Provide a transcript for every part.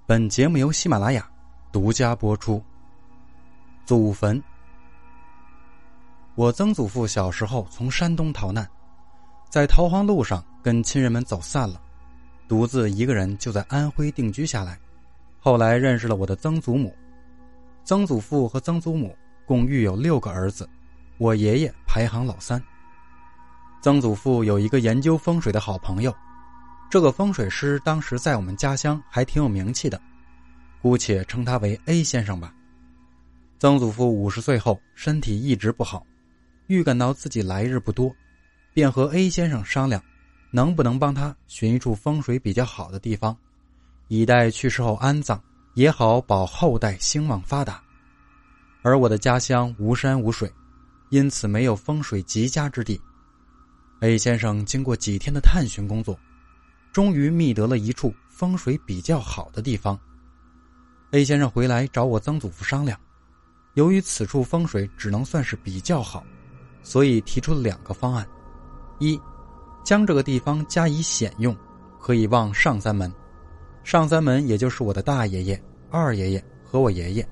本节目由喜马拉雅独家播出。祖坟。我曾祖父小时候从山东逃难，在逃荒路上跟亲人们走散了，独自一个人就在安徽定居下来。后来认识了我的曾祖母。曾祖父和曾祖母共育有6个儿子，我爷爷排行老3。曾祖父有一个研究风水的好朋友，这个风水师当时在我们家乡还挺有名气的，姑且称他为 A 先生吧。曾祖父50岁后身体一直不好，预感到自己来日不多，便和 A 先生商量能不能帮他寻一处风水比较好的地方，以待去世后安葬，也好保后代兴旺发达。而我的家乡无山无水，因此没有风水极佳之地。A 先生经过几天的探寻工作，终于觅得了一处风水比较好的地方。A 先生回来找我曾祖父商量，由于此处风水只能算是比较好，所以提出了2个方案。一，将这个地方加以显用，可以望上3门。上3门也就是我的大爷爷、二爷爷和我爷爷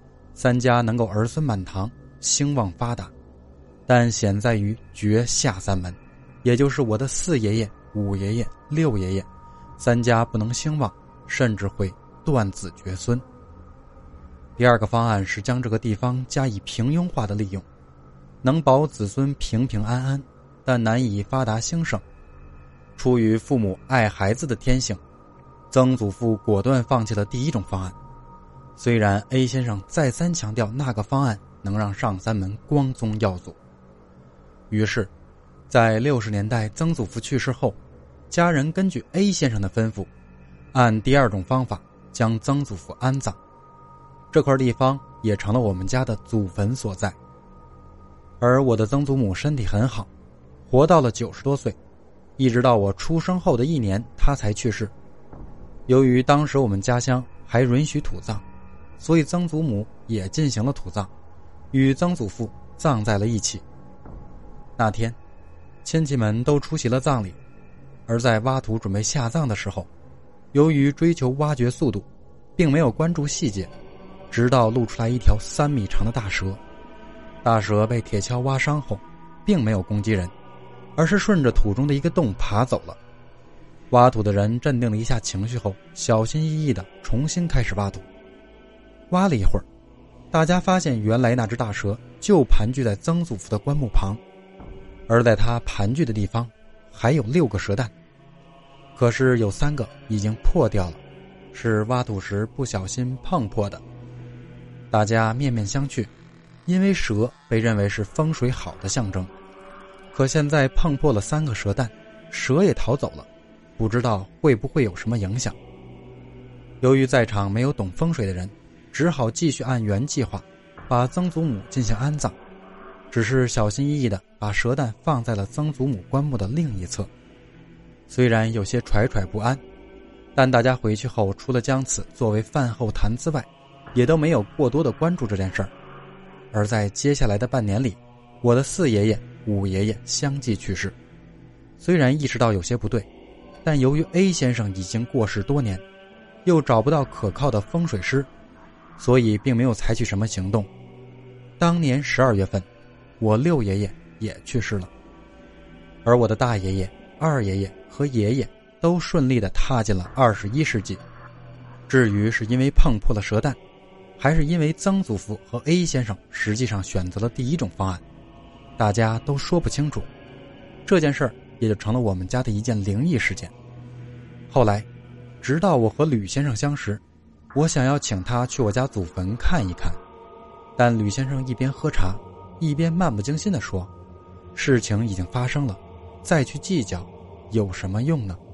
，3家能够儿孙满堂，兴旺发达。但险在于绝下3门，也就是我的4爷爷、5爷爷、6爷爷，3家不能兴旺，甚至会断子绝孙。第2个方案是将这个地方加以平庸化的利用，能保子孙平平安安，但难以发达兴盛。出于父母爱孩子的天性，曾祖父果断放弃了第1种方案。虽然 A 先生再三强调那个方案能让上3门光宗耀祖，于是在60年代曾祖父去世后，家人根据 A 先生的吩咐，按第2种方法将曾祖父安葬。这块地方也成了我们家的祖坟所在。而我的曾祖母身体很好，活到了90多岁，一直到我出生后的1年她才去世。由于当时我们家乡还允许土葬，所以曾祖母也进行了土葬，与曾祖父葬在了一起。那天亲戚们都出席了葬礼，而在挖土准备下葬的时候，由于追求挖掘速度，并没有关注细节，直到露出来一条3米长的大蛇。大蛇被铁锹挖伤后，并没有攻击人，而是顺着土中的一个洞爬走了。挖土的人镇定了一下情绪后，小心翼翼地重新开始挖土。挖了一会儿，大家发现原来那只大蛇就盘踞在曾祖父的棺木旁，而在它盘踞的地方还有6个蛇蛋，可是有3个已经破掉了，是挖土时不小心碰破的。大家面面相觑，因为蛇被认为是风水好的象征，可现在碰破了3个蛇蛋，蛇也逃走了，不知道会不会有什么影响。由于在场没有懂风水的人，只好继续按原计划把曾祖母进行安葬，只是小心翼翼地把蛇蛋放在了曾祖母棺木的另一侧。虽然有些惴惴不安，但大家回去后除了将此作为饭后谈资外，也都没有过多的关注这件事儿。而在接下来的半年里，我的4爷爷、5爷爷相继去世。虽然意识到有些不对，但由于 A 先生已经过世多年，又找不到可靠的风水师，所以并没有采取什么行动。当年12月份，我6爷爷也去世了，而我的大爷爷、二爷爷和爷爷都顺利地踏进了21世纪。至于是因为碰破了蛇蛋，还是因为曾祖父和 A 先生实际上选择了第1种方案，大家都说不清楚。这件事儿也就成了我们家的一件灵异事件。后来直到我和吕先生相识，我想要请他去我家祖坟看一看，但吕先生一边喝茶一边漫不经心地说，事情已经发生了，再去计较有什么用呢？